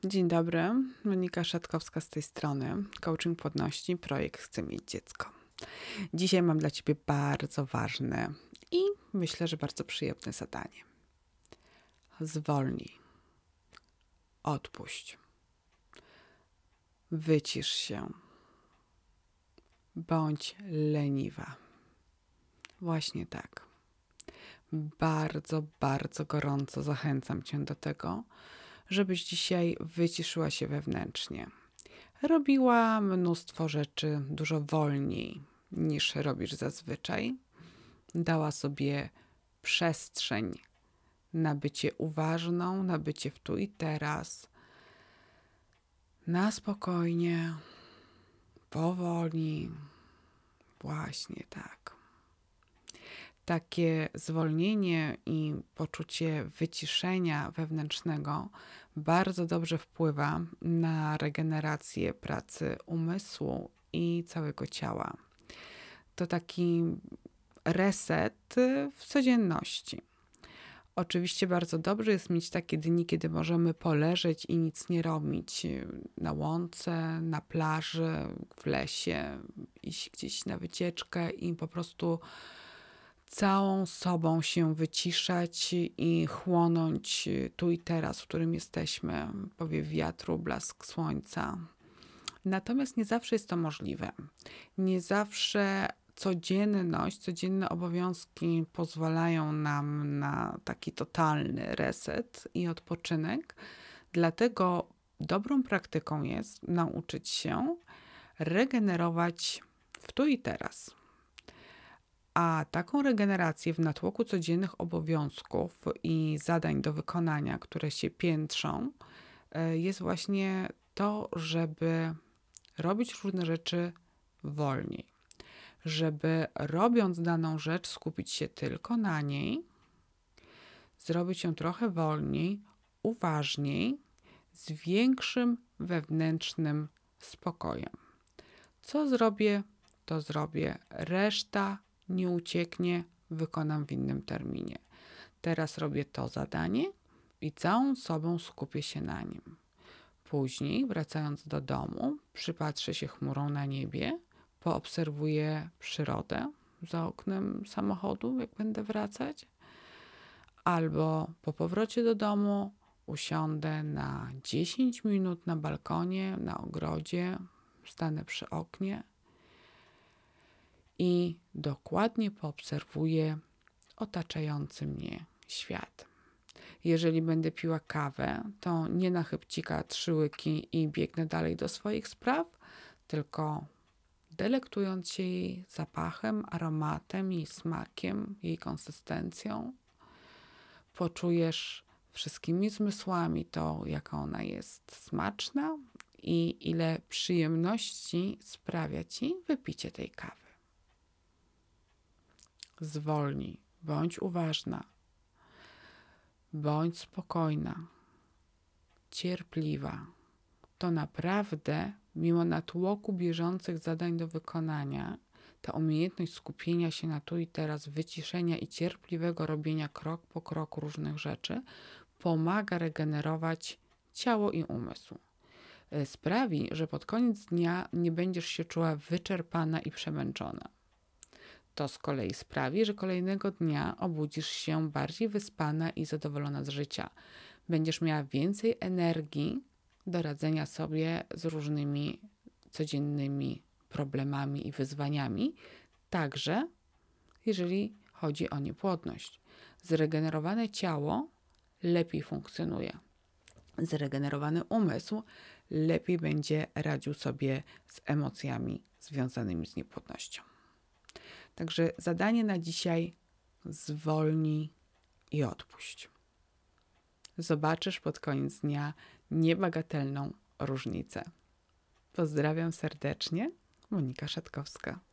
Dzień dobry, Monika Szatkowska z tej strony. Coaching Płodności, projekt Chcę mieć dziecko. Dzisiaj mam dla Ciebie bardzo ważne i myślę, że bardzo przyjemne zadanie. Zwolnij, odpuść, wycisz się, bądź leniwa. Właśnie tak. Bardzo, bardzo gorąco zachęcam Cię do tego, żebyś dzisiaj wyciszyła się wewnętrznie. Robiła mnóstwo rzeczy dużo wolniej niż robisz zazwyczaj. Dała sobie przestrzeń na bycie uważną, na bycie w tu i teraz, na spokojnie, powoli. Właśnie tak. Takie zwolnienie i poczucie wyciszenia wewnętrznego bardzo dobrze wpływa na regenerację pracy umysłu i całego ciała. To taki reset w codzienności. Oczywiście bardzo dobrze jest mieć takie dni, kiedy możemy poleżeć i nic nie robić na łące, na plaży, w lesie, iść gdzieś na wycieczkę i po prostu całą sobą się wyciszać i chłonąć tu i teraz, w którym jesteśmy, powiew wiatru, blask słońca. Natomiast nie zawsze jest to możliwe. Nie zawsze codzienność, codzienne obowiązki pozwalają nam na taki totalny reset i odpoczynek. Dlatego dobrą praktyką jest nauczyć się regenerować w tu i teraz. A taką regenerację w natłoku codziennych obowiązków i zadań do wykonania, które się piętrzą, jest właśnie to, żeby robić różne rzeczy wolniej. Żeby robiąc daną rzecz skupić się tylko na niej, zrobić ją trochę wolniej, uważniej, z większym wewnętrznym spokojem. Co zrobię, to zrobię. Reszta nie ucieknie, wykonam w innym terminie. Teraz robię to zadanie i całą sobą skupię się na nim. Później, wracając do domu, przypatrzę się chmurą na niebie, poobserwuję przyrodę za oknem samochodu, jak będę wracać, albo po powrocie do domu usiądę na 10 minut na balkonie, na ogrodzie, stanę przy oknie i dokładnie poobserwuję otaczający mnie świat. Jeżeli będę piła kawę, to nie na chybcika 3 łyki i biegnę dalej do swoich spraw, tylko delektując się jej zapachem, aromatem, jej smakiem, jej konsystencją. Poczujesz wszystkimi zmysłami to, jaka ona jest smaczna i ile przyjemności sprawia Ci wypicie tej kawy. Zwolnij, bądź uważna, bądź spokojna, cierpliwa. To naprawdę, mimo natłoku bieżących zadań do wykonania, ta umiejętność skupienia się na tu i teraz, wyciszenia i cierpliwego robienia krok po kroku różnych rzeczy pomaga regenerować ciało i umysł. Sprawi, że pod koniec dnia nie będziesz się czuła wyczerpana i przemęczona. To z kolei sprawi, że kolejnego dnia obudzisz się bardziej wyspana i zadowolona z życia. Będziesz miała więcej energii do radzenia sobie z różnymi codziennymi problemami i wyzwaniami, także jeżeli chodzi o niepłodność. Zregenerowane ciało lepiej funkcjonuje. Zregenerowany umysł lepiej będzie radził sobie z emocjami związanymi z niepłodnością. Także zadanie na dzisiaj: zwolnij i odpuść. Zobaczysz pod koniec dnia niebagatelną różnicę. Pozdrawiam serdecznie, Monika Szatkowska.